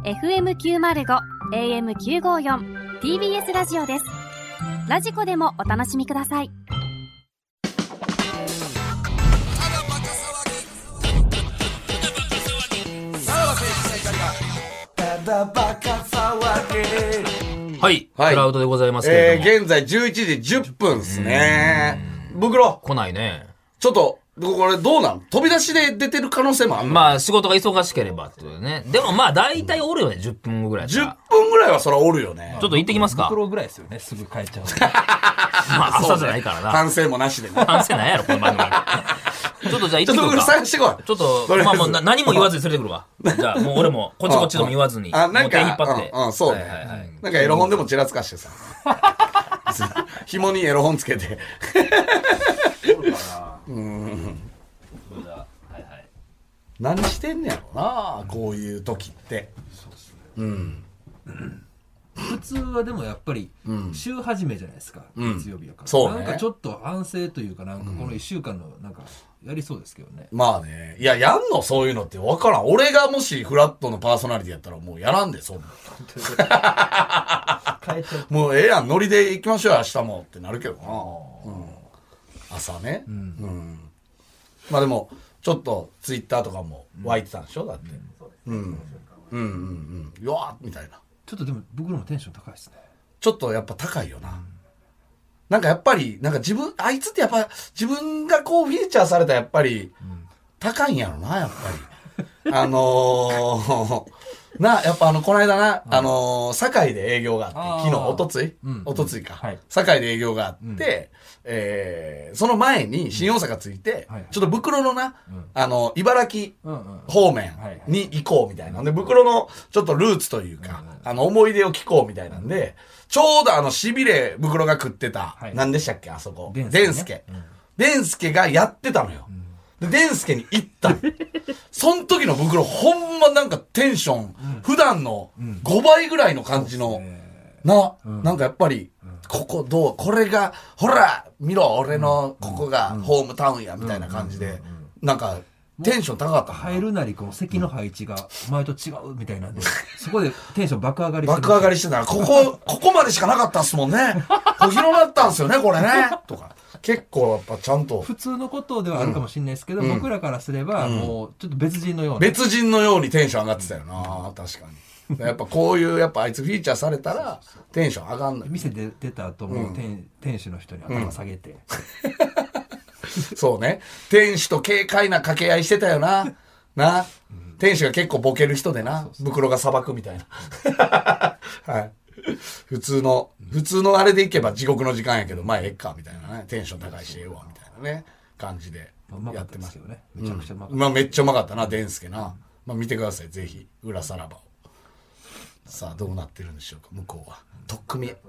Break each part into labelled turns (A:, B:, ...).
A: FM905 AM954 TBS ラジオです。ラジコでもお楽しみください。
B: はい、クラウドでございますけれども、
C: 現在11時10分ですね。袋
B: 来ないね。
C: ちょっとこれどうなん？飛び出しで出てる可能性もあるの？
B: まあ仕事が忙しければっていうね。でもまあ大体おるよね、10分後ぐらい。
C: 10分ぐらいはそらおるよね。
B: ちょっと行ってきますか。
D: 袋ぐらいですよね、すぐ帰っちゃう。
B: まあ朝じゃないからな。
C: 反省もなしでね。
B: 反省ないやろこの番組。ちょっとじゃあ行ってくるか。
C: ちょっと探してこい。
B: ちょっとまあもう何も言わずに連れてくるわ。じゃあもう俺もこっちこっちでも言わずに。
C: なんか
B: 手引っ張って。
C: そうね。なんかエロ本でもちらつかしてさ。紐にエロ本つけて。何してんねやろな、こういう時って。
D: 普通はでもやっぱり週始めじゃないですか、月曜日やから、
C: そうね、
D: なんかちょっと反省というか、なんかこの1週間のなんかやりそうですけどね。
C: まあね、いや、やんのそういうのって分からん。俺がもしフラットのパーソナリティやったらもうやらんで、そんな。もうええやん、ノリで行きましょうよ、明日もってなるけどな。朝ね。まあでも、ちょっとツイッターとかも湧いてたんでしょ、だって。よわーみたいな。
D: ちょっとでも僕らもテンション高いですね。
C: ちょっとやっぱ高いよな。なんかやっぱり、なんかあいつってやっぱ自分がこうフィーチャーされたらやっぱり、高いんやろな、やっぱり。やっぱこの間な、堺で営業があって、昨日、おとついか。堺で営業があって、その前に新大阪着いて、ちょっと袋のな、茨城方面に行こうみたいな。で、袋のちょっとルーツというか、思い出を聞こうみたいなんで、ちょうどしびれ袋が食ってた、何でしたっけ、あそこ。デンスケがやってたのよ。で、デンスケに行った。そん時の袋、ほんまなんかテンション、普段の5倍ぐらいの感じの、なんかやっぱり、これが、ほら、見ろ、俺のここがホームタウンや、みたいな感じで、なんか、テンション高かった。
D: 入るなり、この席の配置が前と違うみたいなんで、そこでテンション爆上がりして
C: 爆上がりしてたら、ここまでしかなかったっすもんね。広なったんすよね、これね。とか。結構やっぱちゃんと。
D: 普通のことではあるかもしれないですけど、僕らからすれば、もう、ちょっと別人のような。
C: 別人のようにテンション上がってたよな、確かに。やっぱこういう、やっぱあいつフィーチャーされたら、テンション上がんのよ。
D: 店で出た後も、店主の人に頭下げて。
C: そうね。店主と軽快な掛け合いしてたよな。店主が結構ボケる人でな。袋が砂漠みたいな。はい。普通のあれでいけば地獄の時間やけど、まあええか、みたいなね。テンション高いしええわ、みたいなね。感じでやってます
D: けどね。めちゃくちゃうまかった。
C: まあめっちゃうまかったな、デンスケな。まあ見てください、ぜひ。裏さらばを。さあ、どうなってるんでしょうか、向こうは。とっくみ。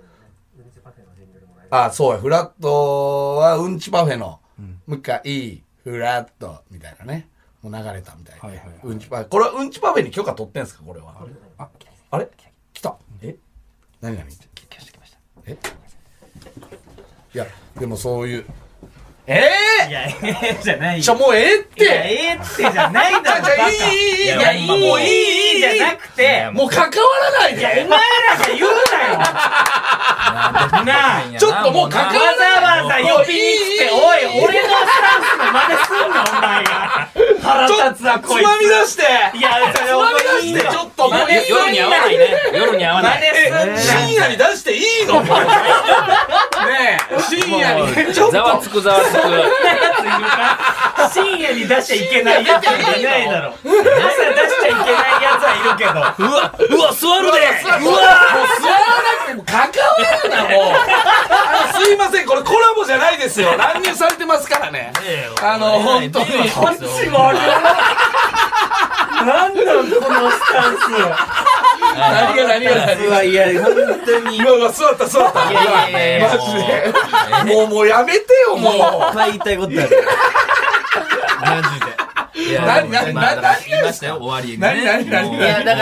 C: そうや、フラットはうんちパフェの、向かい、フラット、みたいなね。もう流れたみたいな。うんちパフェ。これはうんちパフェに許可取ってんすか、これは。あれ来た。何いや、でもそういう。
E: いや、じゃないよ。
C: もうええって。
E: いや、ええってじゃないだろ。もういいじゃなくて。
C: もう関わらないで。
E: いや、お前らが言うなよ。なあ、
C: ちょっともう関わ
E: らない。わざわざ呼びに来て、おい、俺のスタンスの真似すんな、お前が。腹立つわ、こいつ。
C: つまみ出して。
E: いや、
C: つまみ出して、ちょっともう
B: 夜に合わないね。夜に合わない。
C: 深夜に出していいの？ねえ、深夜に。
B: ざわつく。
E: 深夜に出しちゃいけないやつはいないだろ。朝出しちゃいけないやつはいるけど。
B: うわ、座るで。
C: もう座らなくても関わるな、もう。すいません、これコラボじゃないですよ。乱入されてますからね。本当に。
E: こっちもなんだこのスタンス。
C: 何が
E: いや、本当に。
C: 座った。いや、マジで。もうやめてよ、もう。いっ
E: ぱい言いたいことある。
B: マジで。
C: 何
B: 言いましたよ、終わりにね。
E: いや、だから、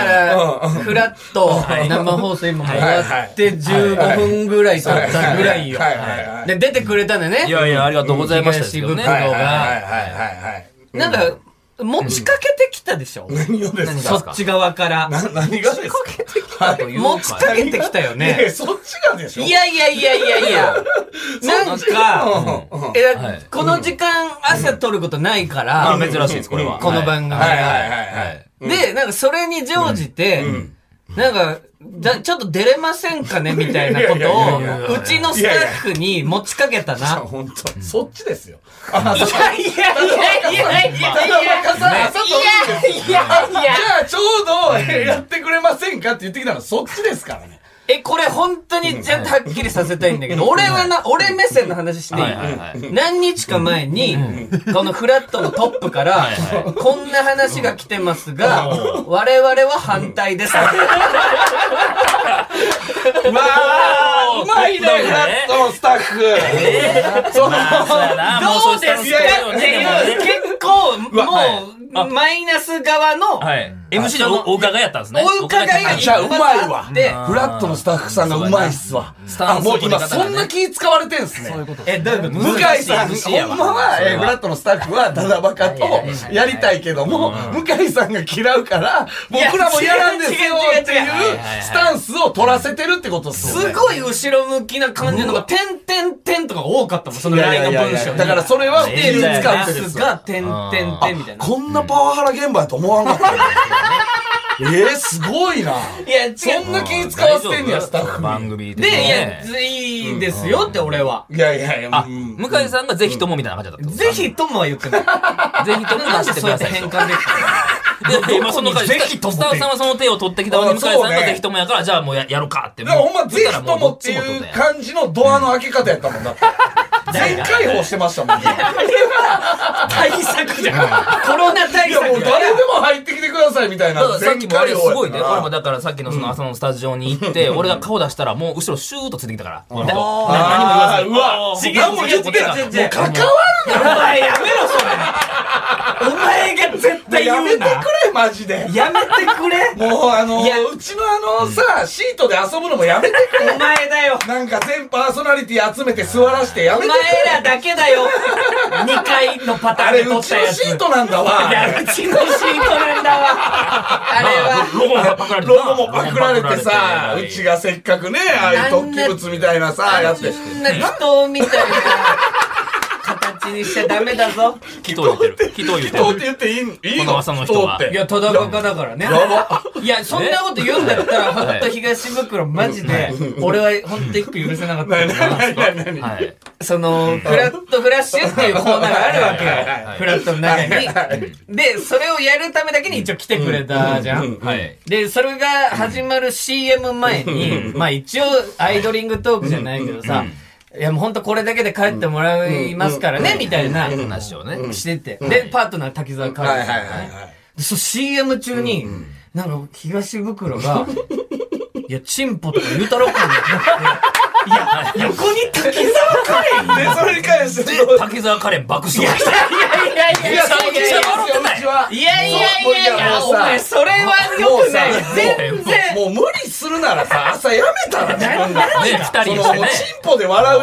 E: フラット生放送今終わって15分ぐらい経ったぐらいよ。で、出てくれたんだね。
B: いや、ありがとうございました。
E: 東袋が。なんか、 持ちかけてきたでしょ？
C: 何をです
E: そ
C: か？
E: っち側から。
C: 何がですか？
E: 持ちかけてきたよね。
C: そっちがでしょ？
E: いや。なんか、この時間朝撮ることないから、
B: 珍しいです、これは。
E: この番組で、なんかそれに乗じて、なんか、ちょっと出れませんかねみたいなことを、うちのスタッフに持ちかけたな。
C: 本当そっちですよ。
E: いや、じゃ
C: あちょうどやってくれませんかって言ってきたのはそっちですからね。
E: これ本当にちゃんとはっきりさせたいんだけど、俺目線の話していい？何日か前に、このフラットのトップから、こんな話が来てますが、我々は反対です。
C: うまいね、フラットのスタッフ。
E: どうですかっていう、結構、もう、マイナス側の、
B: MC でお伺いやったんですね。
E: お伺いが
C: じゃあうまいわ。フラットのスタッフさんがうまいっすわ。もう今そんな気使われてんすね。
E: どういうこと
C: 向井さん、ほんまは、フラットのスタッフはダダバカとやりたいけども、向井さんが嫌うから、僕らも嫌なんですよっていうスタンスを取らせてるってことっすよね。
E: すごい後ろ向きな感じのが、点とか多かったもん、その LINE の文章に。
C: だからそれは気使ってるんです
E: が、点みたいな。
C: こんなパワハラ現場やと思わなかった。すごいな。
E: いや、
C: そんな気使わせてんねや、スタッフ。
B: 番組で。
E: いいですよって俺は。
C: いや。
B: 向井さんがぜひともみたいな感じだった。
E: ぜひともは言ってない。
B: ぜひとも
E: なんでそうやって変換できた
B: 今その回、スタッフさんはその手を取ってきたのに、向井さんがぜひともやから、じゃあもうやろうかって。
C: ほんまぜひともっていう感じのドアの開け方やったもんだって。全開放してましたもんね。
E: 対策じゃん。コロナ対策。
C: もう誰でも入ってきてくださいみたいな。
B: さっきもあれすごいね。俺もだからさっきのその朝のスタジオに行って、俺が顔出したらもう後ろシューッとついてきたから。何も言わずに。
C: うわ、何も言ってない。もう関わるな。
E: お前やめろそれ。お前が絶対言うな。
C: やめてくれ、マジで。
E: やめてくれ。
C: もううちのさ、シートで遊ぶのもやめてくれ。
E: お前だよ。
C: なんか全パーソナリティ集めて座らしてやめてくれ。
E: お前らだけだよ。2回のパターンで撮ったやつ。
C: あれ、うちのシートなんだわ。
E: いや、うちのシートなんだわ。あれは。
C: ロゴもパクられてさ、うちがせっかくね、ああいう突起物みたいなさ、やって。
E: そんな人みたいな形にしちゃダメだぞ。
B: 人を言ってる。人を言ってる。
C: 人って言っていいの？
B: この朝の人は。
E: いや、ただバカだからね。いや、そんなこと言うんだったら、ほんと東袋マジで、俺はほんと一個許せなかった。その、フラットフラッシュっていうコーナーがあるわけよ。フラットの中に。で、それをやるためだけに一応来てくれたじゃん。で、それが始まる CM 前に、まあ一応アイドリングトークじゃないけどさ、いやもうほんとこれだけで帰ってもらいますからね、みたいな
B: 話をね。
E: してて。で、パートナー滝沢カレンさん。CM 中に、なんか東袋が、いや、チンポとか言うたろかなって。いや、横に滝沢カレン
C: で、それに関して
B: で、滝沢カレン爆笑した。
E: いや、お前、それは良くない。全然。
C: もう無理するならさ、朝やめたらね。
B: 二人してね。
C: チンポで笑う。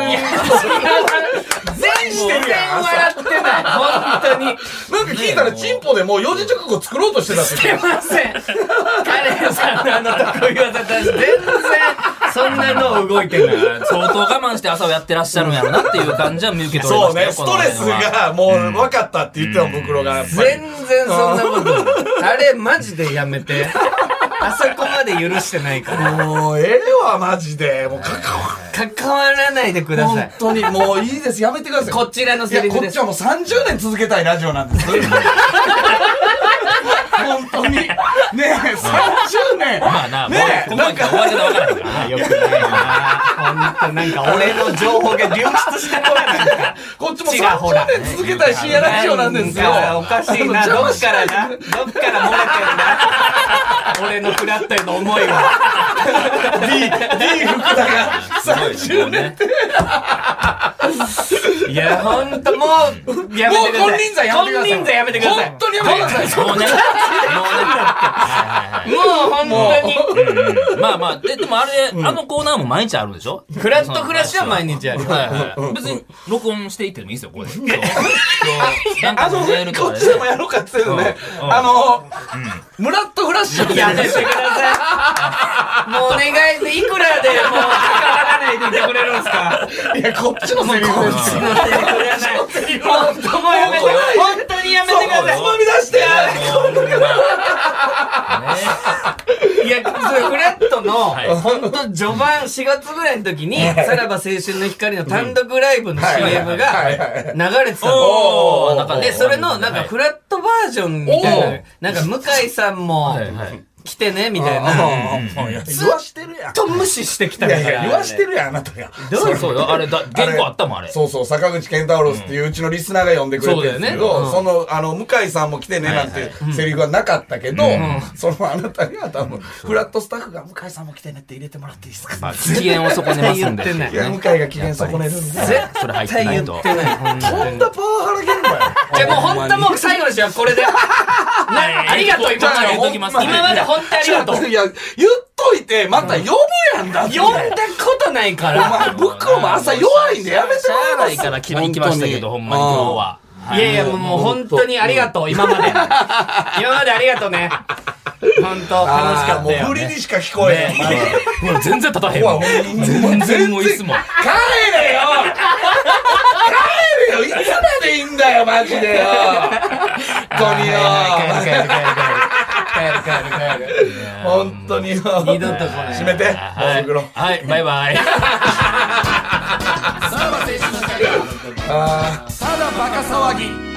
E: 全然笑ってない。本当に。
C: なんか聞いたらチンポでもう四字熟語作ろうとしてたって。
E: してません。カレンさんの得意技だし、全然、そんなの動いてない。
B: 相当我慢して朝をやってらっしゃるんやろなっていう感じは見受け取れま
C: そうね、ストレスがもう分かったって言ってた袋が。
E: 全然そんなこと。あれマジでやめて。あそこまで許してないから。
C: もうわ、マジで。もう
E: 関わらないでください。
C: 本当に、もういいです。やめてください。
E: こちらのセリフです。
C: こっちはもう30年続けたいラジオなんです。本当に。ねえ、30年。
B: まあな、もう、ここまで終わり方分からへんからな。
E: よくないな。本当なんか俺の情報が流出したからなんか。
C: こっちも30年続けたい深夜ラジオなんですよ。
E: おかしいな。どっから漏れてんだ。俺のフラットへの思いが。
C: D 福田が30年って。
E: いや、ほんともう、やめてください。
C: 金輪際
E: やめてください。
C: 本当にやめてください。
B: もうね。
E: もう本当に。
B: まあまあ、でもあれ、あのコーナーも毎日あるでしょ？
E: フラットフラッシュは毎日ある。
B: はいはい。別に録音していってもいいですよ、ここで。今日、なんかメールと
C: こ
B: かでね。
C: っちでもやろうかって言うね。ムラッとフラッシュ
E: やめてください。もうお願いで、いくらでもう関わらないでいてくれるんですか？
C: いや、こっちのセリフですよ。
E: 本当もうやめて、本当にやめてください。
C: つまみ出してや
E: いや、それフラットの、ほんと序盤4月ぐらいの時に、さらば青春の光の単独ライブの CM が流れてたの。で、それのなんかフラットバージョンみたいな、なんか向井さんも来てね、みたいな。
C: 言わしてるやん。
E: と無視してきたから。
C: いやいや、言わしてるやん、あなたが。
B: そうよ、あれ、原稿あったもん、あれ。
C: そうそう、坂口健太郎っていううちのリスナーが呼んでくれてるんですけど、その、向井さんも来てねなんてセリフはなかったけど、そのあなたが多分、フラットスタッフが向井さんも来てねって入れてもらっていいですか？
B: 機嫌を損ねますんで。
C: いや、向井が機嫌損ねるんで。
B: それ入ってないと。
E: 言ってない。
C: とんだパワハラ現場や。
E: じゃあもう本当もう最後ですよ、これで。ありがとう、今まで本当ありがとう。
C: いや、言っといて、また呼ぶやんだって。
E: 呼んだことないか
C: お
E: ら。
C: 前、僕も朝弱いんでやめて
B: しゃあないから行きましたけど、ほんまに今日は。
E: いやいや、もう本当にありがとう、今まで。今までありがとうね。本当楽しかったよ。
C: もう振りにしか聞こえへん。
B: もう全然立たへんもん。全然もういつも。
C: 帰れよ帰れよいつまでいいんだよ、マジでよ本当によ帰る。本当によ
E: 二度と来ない。
C: 閉めて、袋。
B: はい、バイバイ。
C: ただバカ騒ぎ。